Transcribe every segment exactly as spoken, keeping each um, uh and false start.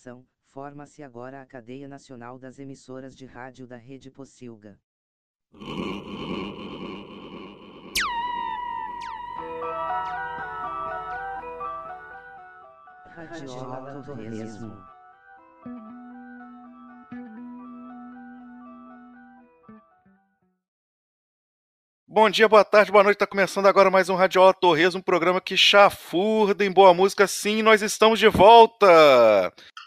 Atenção, forma-se agora a cadeia nacional das emissoras de rádio da Rede Pocilga. Radiola Torresmo. Bom dia, boa tarde, boa noite. Está começando agora mais um Radiola Torresmo, um programa que chafurda em boa música. Sim, nós estamos de volta.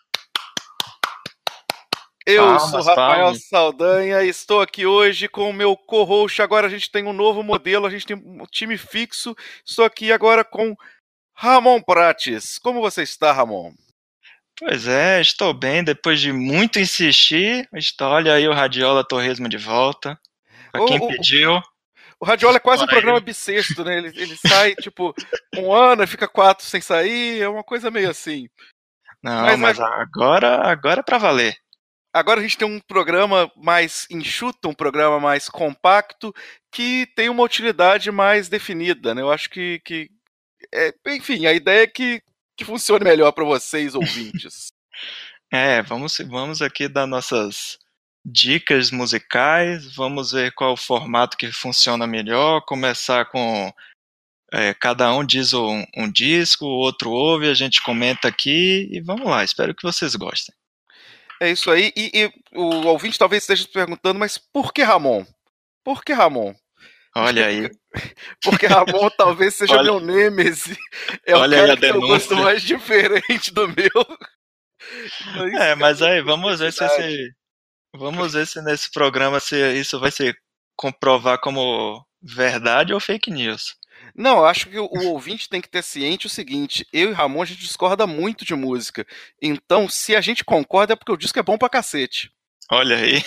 Eu Palmas, sou Rafael palmas. Saldanha e estou aqui hoje com o meu co-host. Agora a gente tem um novo modelo, a gente tem um time fixo. Estou aqui agora com Ramon Prates. Como você está, Ramon? Pois é, estou bem. Depois de muito insistir, está- olha aí o Radiola Torresmo de volta. Pra quem O, o, pediu, o Radiola é quase um bora programa aí. bissexto, né? Ele, ele sai, tipo, um ano e fica quatro sem sair. É uma coisa meio assim. Não, Mas a- mas agora, agora é pra valer. Agora a gente tem um programa mais enxuto, um programa mais compacto, que tem uma utilidade mais definida, né? Eu acho que, que é, enfim, a ideia é que, que funcione melhor para vocês, ouvintes. É, vamos, vamos aqui dar nossas dicas musicais, vamos ver qual o formato que funciona melhor, começar com é, cada um diz um, um disco, o outro ouve, a gente comenta aqui e vamos lá, espero que vocês gostem. É isso aí. E, e o ouvinte talvez esteja se perguntando, mas por que Ramon? Por que Ramon? Acho que Olha aí, porque Ramon talvez seja olha, meu nêmese. É o olha aí cara a que tem o gosto denúncia. mais diferente do meu. Então isso É, que é mas uma aí, vamos ver se curiosidade. esse, vamos ver se nesse programa se isso vai se comprovar como verdade ou fake news. Não, eu acho que o, o ouvinte tem que ter ciente o seguinte: eu e Ramon a gente discorda muito de música. Então, se a gente concorda é porque o disco é bom pra cacete. Olha aí.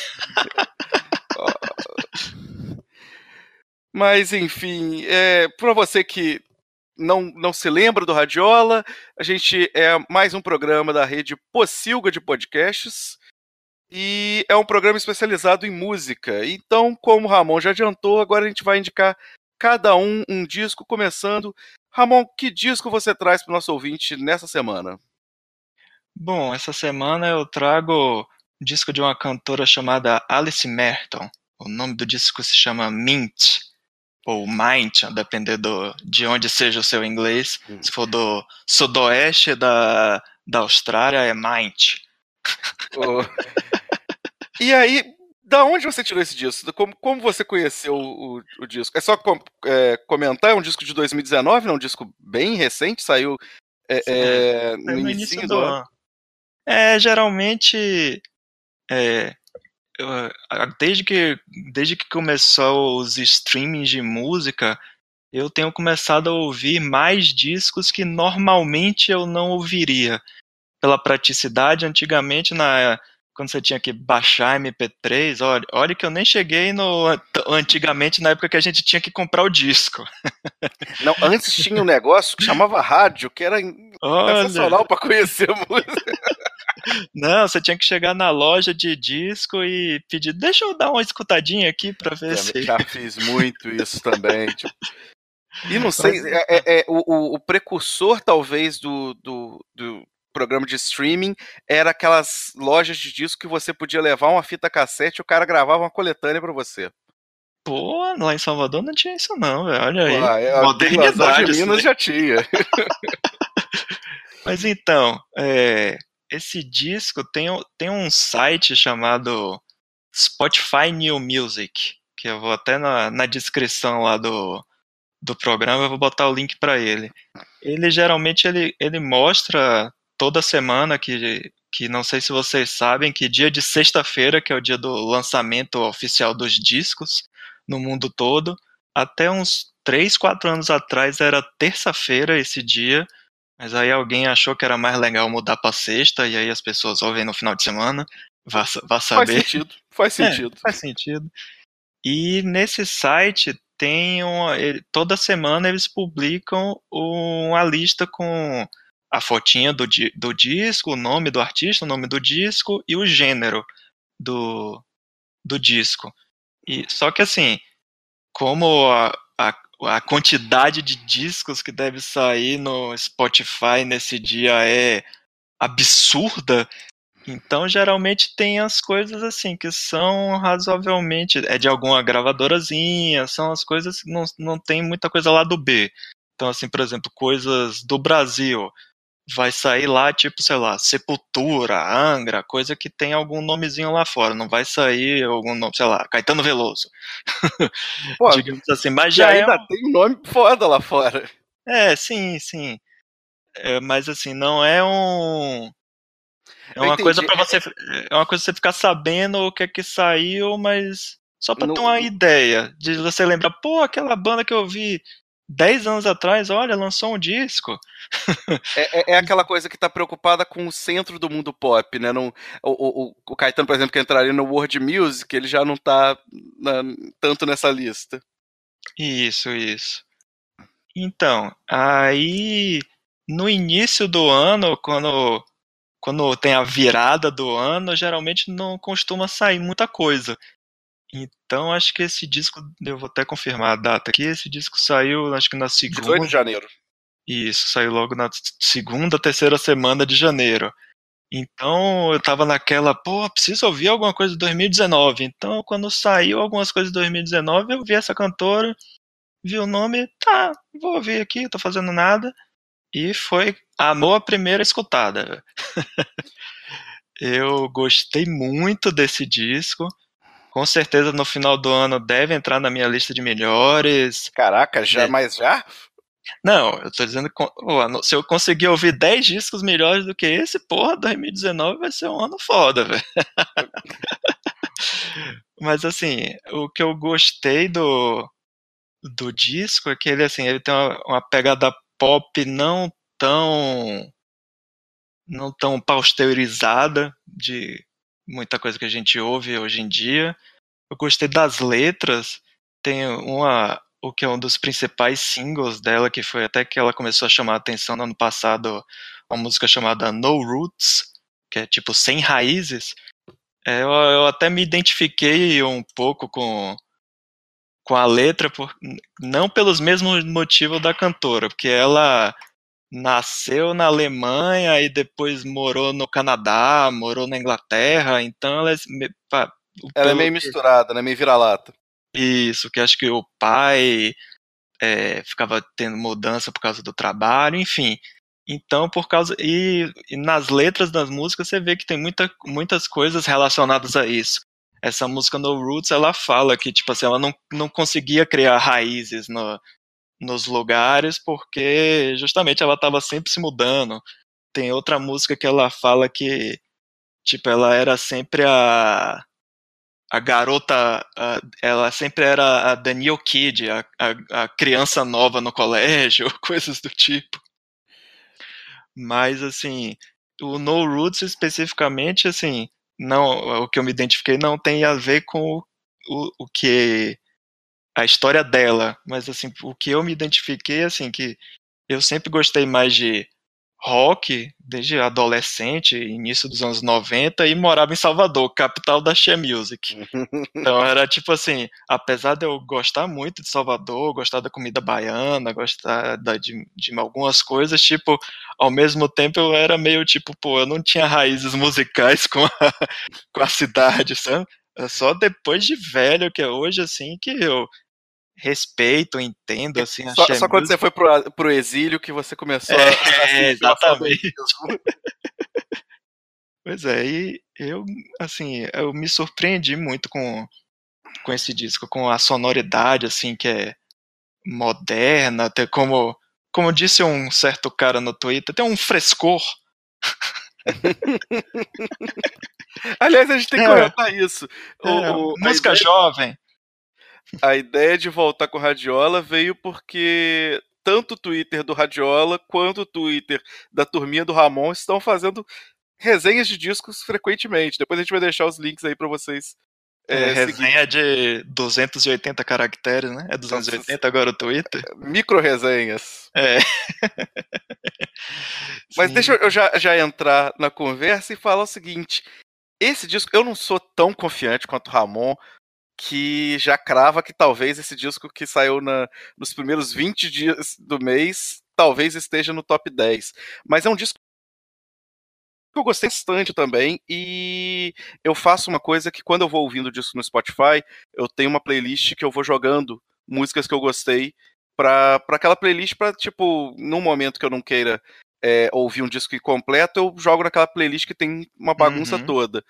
Mas, enfim, é, para você que não, não se lembra do Radiola, a gente é mais um programa da rede Pocilga de podcasts. E é um programa especializado em música. Então, como o Ramon já adiantou, agora a gente vai indicar cada um um disco, começando. Ramon, que disco você traz para o nosso ouvinte nessa semana? Bom, essa semana eu trago um disco de uma cantora chamada Alice Merton. O nome do disco se chama Mint, ou Mind, a depender do, de onde seja o seu inglês. Hum. Se for do sudoeste da, da Austrália, é Mind. Oh. E aí, da onde você tirou esse disco? Como, como você conheceu o, o, o disco? É só com, é, comentar, é um disco de dois mil e dezenove, né? Um disco bem recente, saiu é, É, é, é no no início início do do ano. ano. É, geralmente, é, eu, desde que, desde que começou os streamings de música, eu tenho começado a ouvir mais discos que normalmente eu não ouviria. Pela praticidade, antigamente, na, quando você tinha que baixar M P três, olha, olha que eu nem cheguei no antigamente, na época que a gente tinha que comprar o disco. Não, antes tinha um negócio que chamava rádio, que era Olha, sensacional para conhecer música. não, você tinha que chegar na loja de disco e pedir, deixa eu dar uma escutadinha aqui pra ver Também, se... já fiz muito isso também. Tipo, e não sei, Mas, é, é- é o, o- o precursor talvez do, do, do programa de streaming era aquelas lojas de disco que você podia levar uma fita cassete e o cara gravava uma coletânea pra você. pô, lá em Salvador não tinha isso não, velho, olha Pô, aí, é, aqui em Lazão de modernidade isso Minas daí. já tinha. Mas então, é, esse disco tem, um- tem um site chamado Spotify New Music, que eu vou até na, na descrição lá do, do programa, eu vou botar o link para ele. Ele geralmente ele, ele mostra toda semana que, que não sei se vocês sabem, que dia de sexta-feira, que é o dia do lançamento oficial dos discos no mundo todo, até uns três, quatro anos atrás era terça-feira esse dia, mas aí alguém achou que era mais legal mudar para sexta, e aí as pessoas ouvem no final de semana, vá, vá Faz saber. sentido, faz É, sentido. faz sentido. E nesse site tem uma, ele- toda semana eles publicam uma lista com a fotinha do, di- do disco, o nome do artista, o nome do disco e o gênero do, do disco. E, só que assim, como a, a, a quantidade de discos que deve sair no Spotify nesse dia é absurda. Então, geralmente tem as coisas assim, que são razoavelmente, é de alguma gravadorazinha, são as coisas que não, não tem muita coisa lá do B. Então, assim, por exemplo, coisas do Brasil, vai sair lá, tipo, sei lá, Sepultura, Angra, coisa que tem algum nomezinho lá fora, não vai sair algum nome, sei lá, Caetano Veloso. Pô, digamos assim, mas e já é ainda um... tem um nome foda lá fora. É, sim, sim. É, mas assim, não é um... É Eu uma coisa entendi. para É, você, é uma coisa pra você ficar sabendo o que é que saiu, mas só para ter no, uma ideia, de você lembrar, pô, aquela banda que eu vi dez anos atrás, olha, lançou um disco. é, é aquela coisa que tá preocupada com o centro do mundo pop, né? Não, o, o, o Caetano, por exemplo, que entraria no World Music, ele já não tá na, tanto nessa lista. Isso, isso. Então, aí no início do ano, quando, quando tem a virada do ano, geralmente não costuma sair muita coisa. Então, acho que esse disco, eu vou até confirmar a data aqui, esse disco saiu, acho que na dezoito de segunda. janeiro. Isso, saiu logo na segunda, terceira semana de janeiro. Então eu tava naquela, pô, preciso ouvir alguma coisa de dois mil e dezenove. Então, quando saiu algumas coisas de dois mil e dezenove, eu vi essa cantora, vi o nome, tá, vou ouvir aqui, tô fazendo nada. E foi amor à primeira escutada. Eu gostei muito desse disco. Com certeza no final do ano deve entrar na minha lista de melhores. Caraca, já, É. mas já? Não, eu tô dizendo que oh, se eu conseguir ouvir dez discos melhores do que esse, porra, dois mil e dezenove vai ser um ano foda, velho. Mas assim, o que eu gostei do, do disco é que ele, assim, ele tem uma, uma pegada pop não tão não tão pasteurizada de muita coisa que a gente ouve hoje em dia. Eu gostei das letras. Tem uma, o que é um dos principais singles dela, que foi até que ela começou a chamar a atenção no ano passado, uma música chamada No Roots, que é tipo Sem Raízes. É, eu, eu até me identifiquei um pouco com, com a letra, por, não pelos mesmos motivos da cantora, porque ela nasceu na Alemanha e depois morou no Canadá, morou na Inglaterra, então ela é, Ela é pelo meio misturada, né? Meio vira-lata. isso, que acho que o pai é, ficava tendo mudança por causa do trabalho, enfim. Então, por causa. E, e nas letras das músicas você vê que tem muita, muitas coisas relacionadas a isso. Essa música No Roots, ela fala que, tipo assim, ela não, não conseguia criar raízes no, nos lugares porque justamente ela estava sempre se mudando. Tem outra música que ela fala que, tipo, ela era sempre a a garota, a, ela sempre era a the new kid, a, a, a criança nova no colégio, coisas do tipo. Mas, assim, o No Roots especificamente, assim, não, o que eu me identifiquei não tem a ver com o, o, o que a história dela, mas, assim, o que eu me identifiquei, assim, que eu sempre gostei mais de rock, desde adolescente, início dos anos noventa, e morava em Salvador, capital da She Music. Então era tipo assim, apesar de eu gostar muito de Salvador, gostar da comida baiana, gostar da, de, de algumas coisas, tipo, ao mesmo tempo eu era meio tipo, pô, eu não tinha raízes musicais com a, com a cidade, sabe? É só depois de velho, que é hoje, assim, que eu respeito, entendo, assim, a Só, She só quando você Music. foi pro, pro exílio que você começou a, a É, sentir o exatamente. saudosismo. Pois é, e eu, assim, eu me surpreendi muito com, com esse disco, com a sonoridade, assim, que é moderna, até como, como disse um certo cara no Twitter, tem um frescor. Aliás, a gente tem que É, comentar isso. é, O, o- a, música ideia, jovem. a ideia de voltar com o Radiola veio porque tanto o Twitter do Radiola quanto o Twitter da turminha do Ramon estão fazendo resenhas de discos frequentemente. Depois a gente vai deixar os links aí pra vocês É, é, seguirem. resenha de duzentos e oitenta caracteres, né? É duzentos e oitenta agora o Twitter? Micro resenhas. É. Mas deixa Sim. eu já, já entrar na conversa e falar o seguinte: esse disco, eu não sou tão confiante quanto o Ramon, que já crava que talvez esse disco que saiu na, nos primeiros vinte dias do mês, talvez esteja no top dez. Mas é um disco Eu gostei bastante também, e eu faço uma coisa que quando eu vou ouvindo disco no Spotify, eu tenho uma playlist que eu vou jogando músicas que eu gostei pra, pra aquela playlist pra, tipo, num momento que eu não queira é, ouvir um disco incompleto, eu jogo naquela playlist que tem uma bagunça Uhum. toda.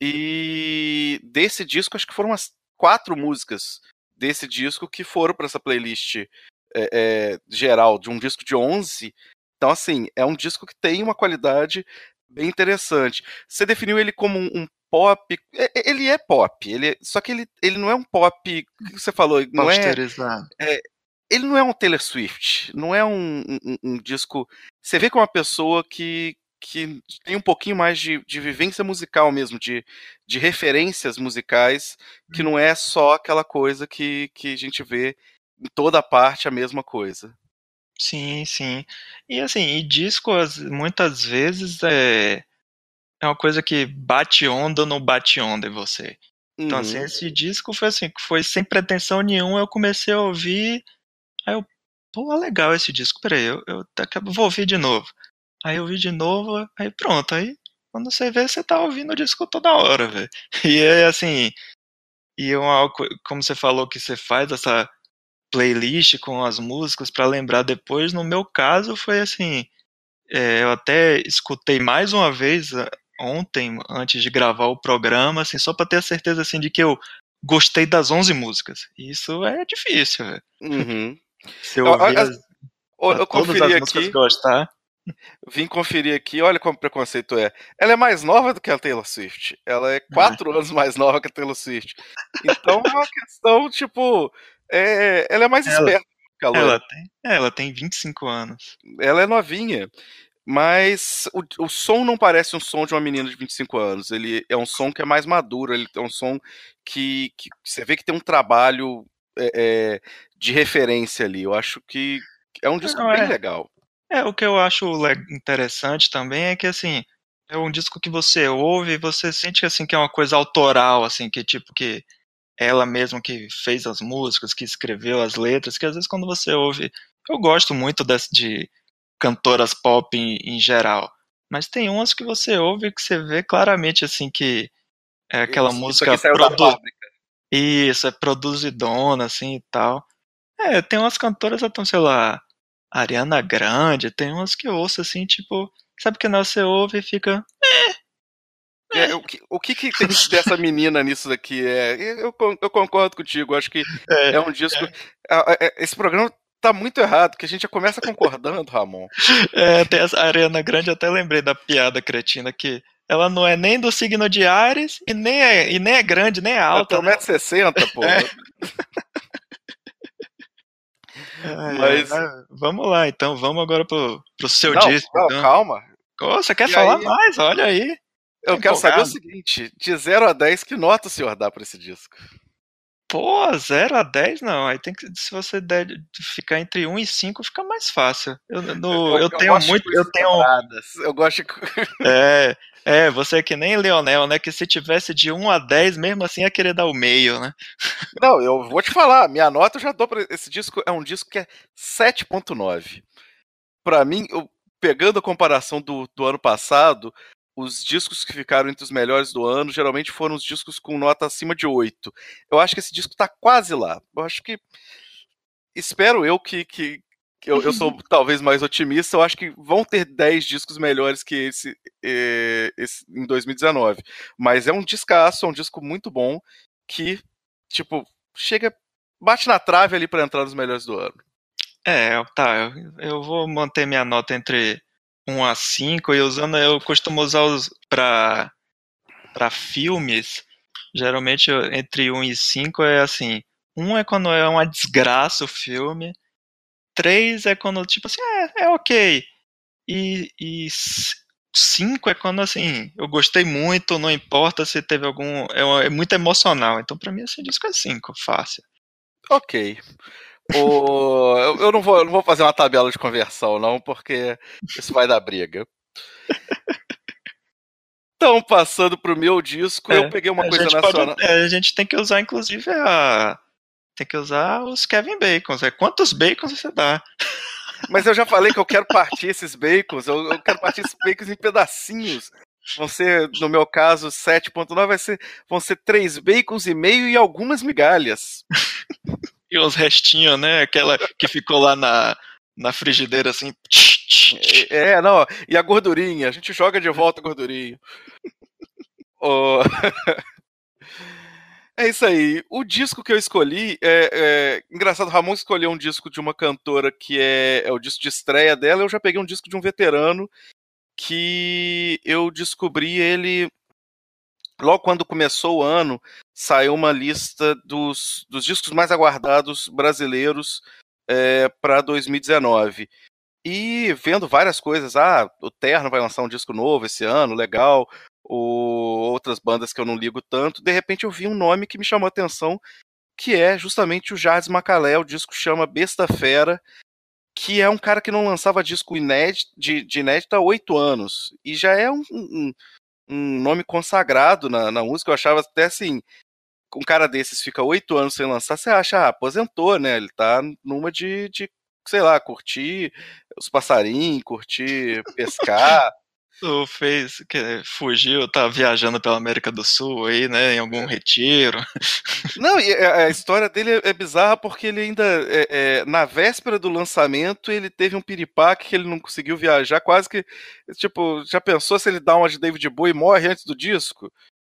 E desse disco, acho que foram umas quatro músicas desse disco que foram pra essa playlist é, é, geral, de um disco de onze. Então, assim, é um disco que tem uma qualidade bem interessante. Você definiu ele como um, um pop. é- é- Ele é pop, ele é- só que ele, ele não é um pop. O que você falou? Não é, Pasteurizado. é- ele não é um Taylor Swift, não é um, um- um- um disco. Você vê que é uma pessoa que, que tem um pouquinho mais de, de vivência musical mesmo, de, de referências musicais, que não é só aquela coisa que, que a gente vê em toda parte a mesma coisa. Sim, sim. E assim, e disco as- muitas vezes é, é uma coisa que bate onda ou não bate onda em você. Então, assim, Uhum. esse disco foi assim, que foi sem pretensão nenhuma, eu comecei a ouvir, aí eu, pô, legal esse disco, peraí, eu, eu daqui a pouco vou ouvir de novo. Aí eu ouvi de novo, aí pronto, aí quando você vê, você tá ouvindo o disco toda hora, velho. E é assim, e é uma, co- como você falou que você faz essa playlist com as músicas pra lembrar depois, no meu caso foi assim, é, eu até escutei mais uma vez ah, ontem, antes de gravar o programa, assim, só pra ter a certeza assim, de que eu gostei das onze músicas. E isso é difícil, velho. Uhum. Se Eu, eu ouvir eu, as, eu, a eu todas conferi as músicas e aqui. gostar. Vim conferir aqui, olha como preconceito é. Ela é mais nova do que a Taylor Swift. Ela é quatro anos mais nova que a Taylor Swift. Então é uma questão, tipo. É, ela é mais Ela, esperta que a ela loira. tem, é, ela tem vinte e cinco anos. Ela é novinha. Mas o, o som não parece um som de uma menina de vinte e cinco anos. Ele é um som que é mais maduro. Ele é um som que, que você vê que tem um trabalho é, é, de referência ali. Eu acho que é um disco Não, bem é, legal. é, o que eu acho le- interessante também é que, assim, é um disco que você ouve e você sente, assim, que é uma coisa autoral, assim, que, tipo, que ela mesma que fez as músicas, que escreveu as letras, que às vezes quando você ouve, eu gosto muito das, de cantoras pop em, em geral, mas tem umas que você ouve que você vê claramente, assim, que é aquela Isso, isso aqui música saiu da produ fábrica. isso, é produzidona, assim, e tal. É, tem umas cantoras, então, sei lá, Ariana Grande, tem umas que eu ouço assim, tipo, sabe que não, você ouve e fica. É, o que, o que que tem dessa menina nisso daqui? É, eu, con- eu concordo contigo, acho que É, é um disco. a- a- Esse programa tá muito errado, que a gente já começa concordando, Ramon. é, tem essa Ariana Grande, eu até lembrei da piada cretina que ela não é nem do signo de Ares e nem é, e nem é grande, nem é Ela tem alta, né? um metro e sessenta, pô. É. Ai, ai, Mas. mas vamos lá, então, vamos agora pro, pro seu Não, disco, não, então. calma. Ô, você quer E falar aí, mais? Olha aí, tô eu quero saber o empolgado. seguinte: de zero a dez, que nota o senhor dá pra esse disco? Pô, zero a dez não. Aí tem que, se você der, ficar entre um e cinco fica mais fácil. Eu, no, Eu, eu eu tenho gosto de muito, eu coisas tenho, dobradas. Eu gosto de. é, é, você é que nem Leonel, né? Que se tivesse de um a dez mesmo assim ia querer dar o meio, né? Não, eu vou te falar, minha nota eu já dou pra. Esse disco é um disco que é sete ponto nove. Pra mim, eu- pegando a comparação do, do ano passado, os discos que ficaram entre os melhores do ano geralmente foram os discos com nota acima de oito. Eu acho que esse disco tá quase lá. Eu acho que. Espero eu que. que que eu, eu sou talvez mais otimista. Eu acho que vão ter dez discos melhores que esse, eh, esse em dois mil e dezenove. Mas é um discaço, é um disco muito bom que, tipo, chega. Bate na trave ali pra entrar nos melhores do ano. É, tá, eu, eu vou manter minha nota entre um a cinco e usando, eu costumo usar os para para filmes, geralmente eu- entre um e cinco é assim, um é quando é uma desgraça o filme, três é quando, tipo assim, é, é ok. E, e s- cinco é quando, assim, eu gostei muito, não importa se teve algum. É, uma- é muito emocional. Então, pra mim, esse disco é cinco, fácil. Ok. O... Eu, eu não vou, eu não vou fazer uma tabela de conversão, não, porque isso vai dar briga. Então, passando pro meu disco, eu É, peguei uma a coisa gente pode. nacional. É, a gente tem que usar, inclusive, a. Tem que usar os Kevin Bacons. É quantos bacons você dá? Mas eu já falei que eu quero partir esses bacons, eu, eu quero partir esses bacons em pedacinhos. vão ser, no meu caso, sete ponto nove, vai ser, vão ser três bacons e meio e algumas migalhas. E os restinhos, né? Aquela que ficou lá na, na frigideira assim. É, é, não, e a gordurinha, a gente joga de volta a gordurinha. Oh. É isso aí. O disco que eu escolhi é, é... engraçado. Ramon escolheu um disco de uma cantora que é, é o disco de estreia dela. Eu já peguei um disco de um veterano que eu descobri ele logo quando começou o ano. Saiu uma lista dos, dos discos mais aguardados brasileiros é, para dois mil e dezenove. E vendo várias coisas, ah, o Terno vai lançar um disco novo esse ano, legal, ou outras bandas que eu não ligo tanto, de repente eu vi um nome que me chamou a atenção, que é justamente o Jardim Macalé. O disco chama Besta Fera, que é um cara que não lançava disco inédito, de, de inédito há oito anos, e já é um, um, um nome consagrado na, na música. Eu achava até assim, um cara desses fica oito anos sem lançar, você acha, ah, aposentou, né, ele tá numa de, de sei lá, curtir os passarinhos, curtir pescar. Tu fez, que fugiu, tá viajando pela América do Sul aí, né, em algum retiro. Não, e a, a história dele é, é bizarra porque ele ainda, é, é, na véspera do lançamento, ele teve um piripaque que ele não conseguiu viajar, quase que, tipo, já pensou se ele dá uma de David Bowie e morre antes do disco?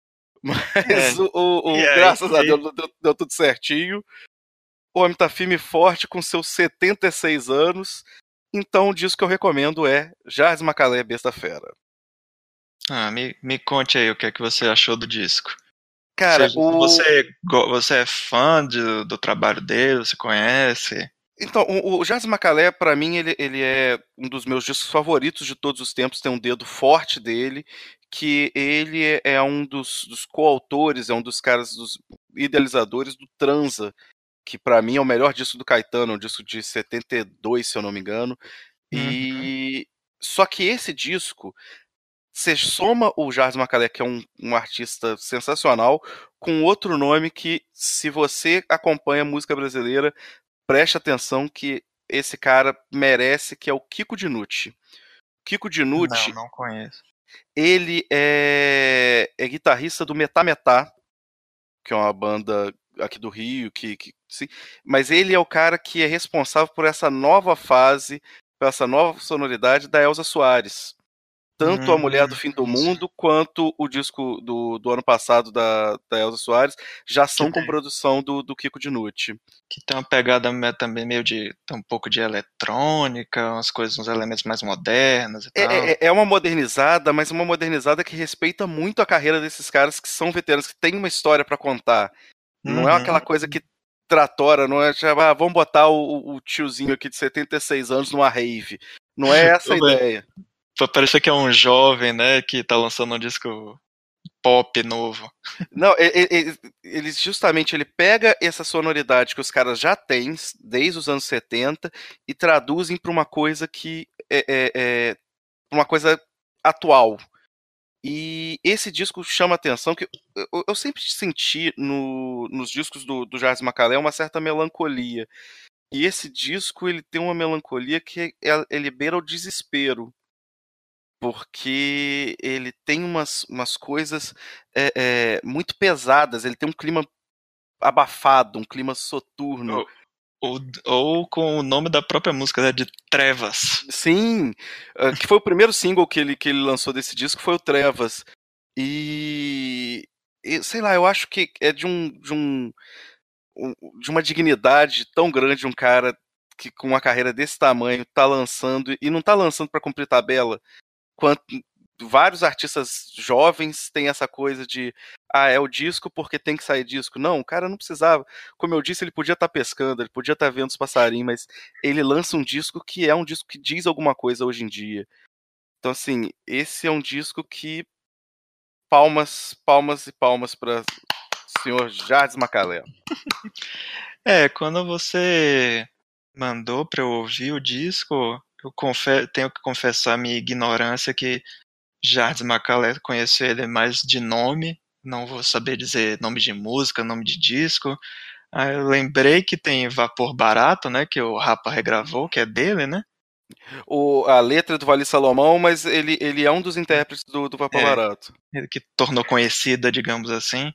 É. Mas, o, o, E o aí, graças a e- Deus, deu, deu tudo certinho. O homem tá firme e forte com seus setenta e seis anos. Então o disco que eu recomendo é Jardim Macalé, Besta Fera. Ah, me, me conte aí o que é que você achou do disco. Você, Cara, o. você, go- você é fã de- do trabalho dele? Você conhece? Então, o, o Jardim Macalé, pra mim, ele, ele é um dos meus discos favoritos de todos os tempos. Tem um dedo forte dele, que ele é, é um dos, dos coautores, é um dos caras, dos idealizadores do Transa, que pra mim é o melhor disco do Caetano, um disco de setenta e dois, se eu não me engano. Uhum. E só que esse disco, você soma o Jardim Macalé, que é um, um artista sensacional, com outro nome que, se você acompanha a música brasileira, preste atenção que esse cara merece, que é o Kiko Dinucci. Kiko Não, Dinucci, não conheço. ele é, é guitarrista do Metá Metá, que é uma banda aqui do Rio, que, que sim, mas ele é o cara que é responsável por essa nova fase, por essa nova sonoridade da Elza Soares. Tanto A Mulher do Hum, Fim do Mundo quanto o disco do, do ano passado da, da Elza Soares já que são com tem, produção do, do Kiko Dinucci. que tem uma pegada me- também meio de tem um pouco de eletrônica, umas coisas, uns elementos mais modernos e É, tal. é, é uma modernizada, mas uma modernizada que respeita muito a carreira desses caras que são veteranos, que têm uma história pra contar. Não é aquela Uhum. coisa que tratora, não é tipo, ah, vamos botar o, o tiozinho aqui de setenta e seis anos numa rave. Não é essa a ideia. Parece que é um jovem, né, que tá lançando um disco pop novo. Não, e- e- e- eles justamente ele pega essa sonoridade que os caras já têm desde os anos setenta e traduzem para uma coisa que é, é, é uma coisa atual. E esse disco chama atenção, que eu, eu sempre senti no, nos discos do, do Jardim Macalé uma certa melancolia. E esse disco ele tem uma melancolia que é- ele beira o desespero, porque ele tem umas, umas coisas é, é, muito pesadas. Ele tem um clima abafado, um clima soturno. Ou, ou, ou com o nome da própria música, né, de Trevas. Sim, ah, que foi o primeiro single que ele, que ele lançou desse disco, foi o Trevas. E, e, sei lá, eu acho que é de um, de um, um- de uma dignidade tão grande um cara que com uma carreira desse tamanho tá lançando e não tá lançando para cumprir tabela, quanto vários artistas jovens têm essa coisa de ah, é o disco porque tem que sair disco. Não, o cara não precisava. Como eu disse, ele podia estar pescando, ele podia estar vendo os passarinhos, mas ele lança um disco que é um disco que diz alguma coisa hoje em dia. Então, assim, esse é um disco que palmas, palmas e palmas para senhor Jardim Macalé. É, quando você mandou pra eu ouvir o disco, eu confe- tenho que confessar a minha ignorância que Jardim Macalé, conheço ele mais de nome, não vou saber dizer nome de música, nome de disco. Aí eu lembrei que tem Vapor Barato, né, que o Rapa regravou, que é dele, né? O, a letra é do Vali Salomão, mas ele, ele é um dos intérpretes do, do Vapor É, Barato. ele que tornou conhecida, digamos assim.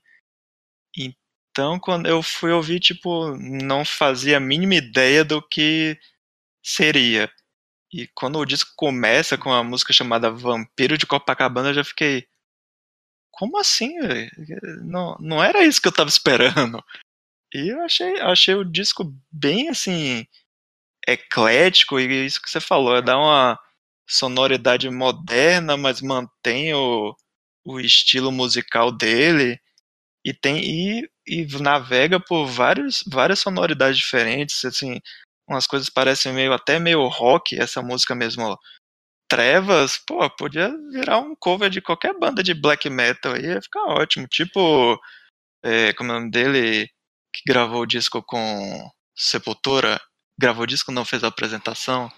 Então, quando eu fui ouvir, tipo, não fazia a mínima ideia do que seria. E quando o disco começa com a música chamada Vampiro de Copacabana, eu já fiquei, como assim, velho? Não, não era isso que eu tava esperando. E eu achei, achei o disco bem, assim, eclético, e isso que você falou, é dar uma sonoridade moderna, mas mantém o, o estilo musical dele. E tem e, e navega por vários, várias sonoridades diferentes, assim, umas coisas parecem meio até meio rock, essa música mesmo, Trevas, pô, podia virar um cover de qualquer banda de black metal aí, ia ficar ótimo, tipo, é, como é o nome dele, que gravou o disco com Sepultura, gravou o disco, não fez a apresentação,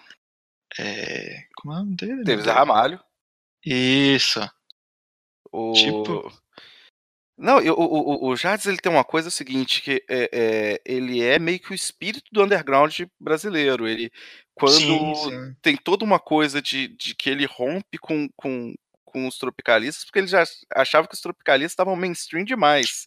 é, como é o nome dele, meu Teve Zé Deus? Ramalho. Isso, tipo, O... Não, eu- o, o, o Jardes, ele tem uma coisa seguinte, que é, é, ele é meio que o espírito do underground brasileiro. Ele, sim, quando sim. tem toda uma coisa de, de que ele rompe com, com, com os tropicalistas, porque ele já achava que os tropicalistas estavam mainstream demais.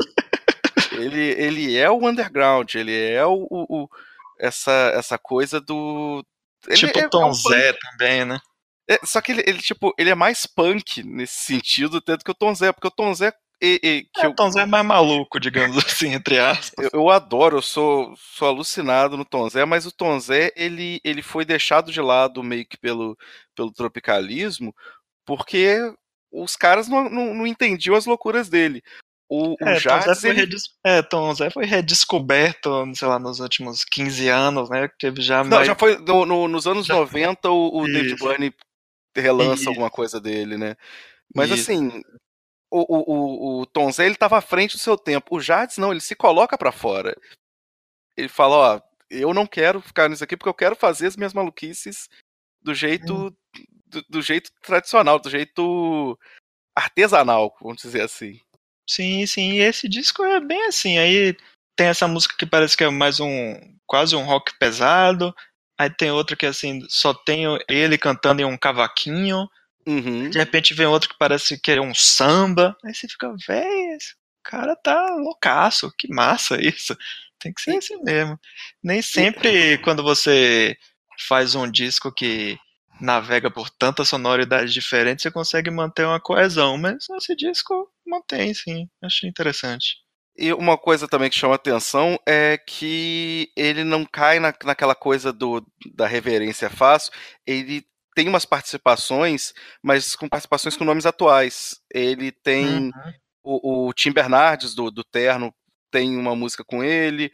Ele, ele é o underground, ele é o, o- o- essa, essa coisa do. Ele Tipo é, é Tom um punk. Zé também, né? É, só que ele, ele, tipo, ele é mais punk nesse sentido, tanto que o Tom Zé, porque o Tom Zé, e- e- que É, eu, Tom Zé é mais maluco, digamos assim, entre eu, aspas. eu adoro, eu sou, sou alucinado no Tom Zé, mas o Tom Zé, ele, ele foi deixado de lado meio que pelo, pelo tropicalismo, porque os caras não, não, não entendiam as loucuras dele. O, o É, Tom Zé Jardes, foi, ele. redis... é, Tom Zé foi redescoberto, sei lá, nos últimos quinze anos, né? Que teve já Não, mais. já foi no- no- nos anos Já... noventa o, o David Isso, Byrne relança alguma isso, coisa dele, né? Mas isso. assim, o, o, o, o Tom Zé, ele tava à frente do seu tempo. O Jardes, não, ele se coloca pra fora. Ele fala, ó, eu não quero ficar nisso aqui porque eu quero fazer as minhas maluquices do Hum. jeito do, do jeito tradicional, do jeito artesanal, vamos dizer assim. Sim, sim, e esse disco é bem assim. Aí tem essa música que parece que é mais um. Quase um rock pesado. Aí tem outra que assim, só tem ele cantando em um cavaquinho. De Uhum. repente vem outro que parece que é um samba. Aí você fica, véi, esse cara tá loucaço, que massa isso. Tem que ser E, assim mesmo. Nem e, sempre quando você faz um disco que navega por tantas sonoridades diferentes, você consegue manter uma coesão, mas esse disco mantém, sim. Achei interessante. e uma coisa também que chama atenção é que ele não cai na, naquela coisa do, da reverência fácil. Ele tem umas participações, mas com participações com nomes atuais. Ele Hum, tem o, o Tim Bernardes do, do Terno tem uma música com ele.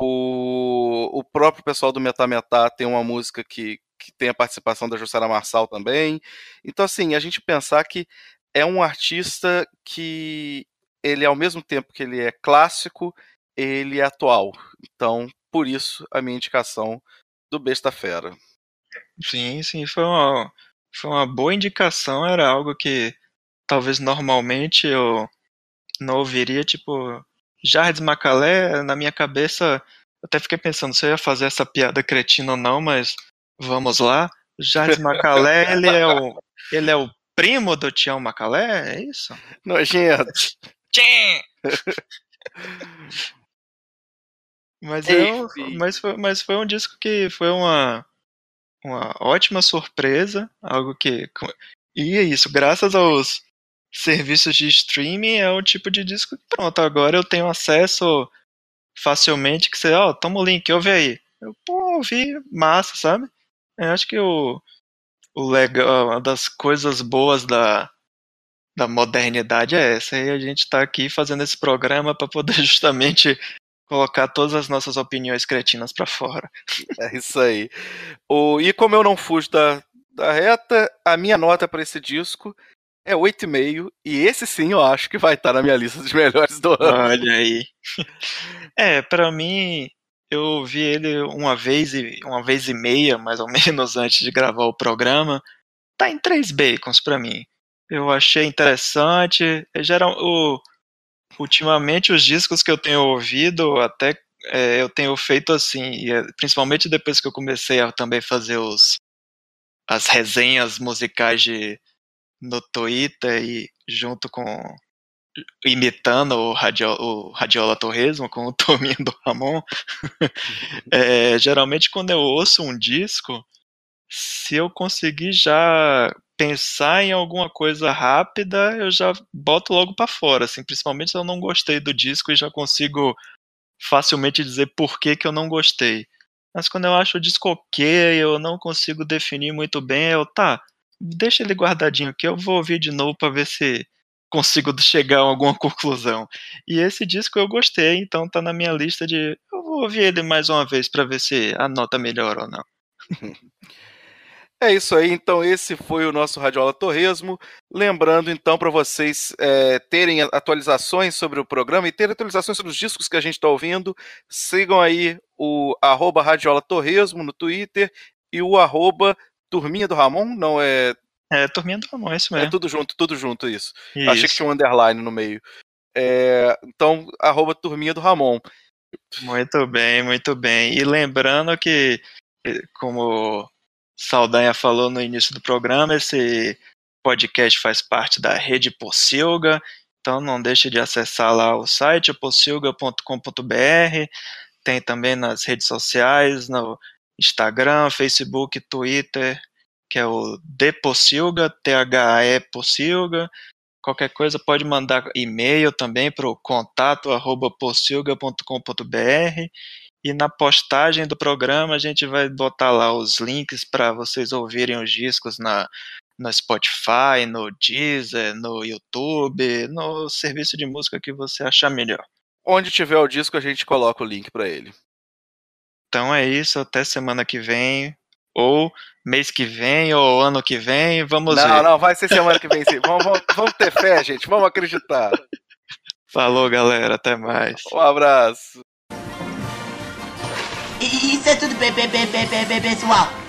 O, o próprio pessoal do Metá Metá tem uma música que, que tem a participação da Jussara Marçal também. Então, assim, a gente pensar que é um artista que ele, ao mesmo tempo que ele é clássico, ele é atual. Então, por isso, a minha indicação do Besta Fera. sim, sim, foi uma, foi uma boa indicação, era algo que talvez normalmente eu não ouviria, tipo, Jardim Macalé, na minha cabeça, eu até fiquei pensando se eu ia fazer essa piada cretina ou não, mas vamos lá. Jardim Macalé, ele é o, ele é o primo do Tião Macalé, é isso? Nojento. Tchim! Mas, é um, Enfim. mas, foi, mas foi um disco que foi uma, uma ótima surpresa, algo que... E é isso, graças aos serviços de streaming, é o tipo de disco que, pronto, agora eu tenho acesso facilmente, que você, ó, toma o link, ouve aí. Eu, pô, ouvi, massa, sabe? Eu acho que o, o legal, uma das coisas boas da, da modernidade é essa, e a gente tá aqui fazendo esse programa para poder justamente colocar todas as nossas opiniões cretinas para fora. É isso aí. O, e como eu não fujo da, da reta, a minha nota para esse disco é oito e meio. E esse sim eu acho que vai estar na minha lista dos melhores do ano. Olha aí. É, pra mim, eu ouvi ele uma vez e uma vez e meia, mais ou menos, antes de gravar o programa. Tá em três bacons pra mim. Eu achei interessante. Geral, o, ultimamente os discos que eu tenho ouvido, até é, eu tenho feito assim, e, é, principalmente depois que eu comecei a também fazer os, as resenhas musicais de, no Twitter e junto com imitando o, Radio, o Radiola Torresmo com o Turminha do Ramon. É, geralmente quando eu ouço um disco, se eu conseguir já pensar em alguma coisa rápida, eu já boto logo pra fora, assim, principalmente se eu não gostei do disco e já consigo facilmente dizer por que que eu não gostei. Mas quando eu acho o disco ok, eu não consigo definir muito bem, eu, tá, deixa ele guardadinho aqui, eu vou ouvir de novo pra ver se consigo chegar a alguma conclusão. E esse disco eu gostei, então tá na minha lista de, eu vou ouvir ele mais uma vez pra ver se a nota melhora ou não. É isso aí, então esse foi o nosso Radiola Torresmo. Lembrando então para vocês é, terem atualizações sobre o programa e terem atualizações sobre os discos que a gente está ouvindo, sigam aí o arroba Radiola Torresmo no Twitter e o arroba Turminha do Ramon, não é... É, Turminha do Ramon, é isso mesmo. É tudo junto, tudo junto, isso. isso. Achei que tinha um underline no meio. É, então, arroba Turminha do Ramon. Muito bem, muito bem. E lembrando que, como Saldanha falou no início do programa, esse podcast faz parte da Rede Pocilga, então não deixe de acessar lá o site pocilga ponto com ponto b r, tem também nas redes sociais, no Instagram, Facebook, Twitter, que é o Dpocilga, T H E Pocilga. Qualquer coisa pode mandar e-mail também para o contato arroba pocilga ponto com ponto b r. E na postagem do programa a gente vai botar lá os links para vocês ouvirem os discos na, no Spotify, no Deezer, no YouTube, no serviço de música que você achar melhor. Onde tiver o disco a gente coloca o link para ele. Então é isso, até semana que vem, ou mês que vem, ou ano que vem, vamos não, ver. Não, não, vai ser semana que vem sim. vamos, vamos, vamos ter fé, gente, vamos acreditar. Falou, galera, até mais. Um abraço. Isso é tudo, bem, bem, bem, bem, bem, pessoal.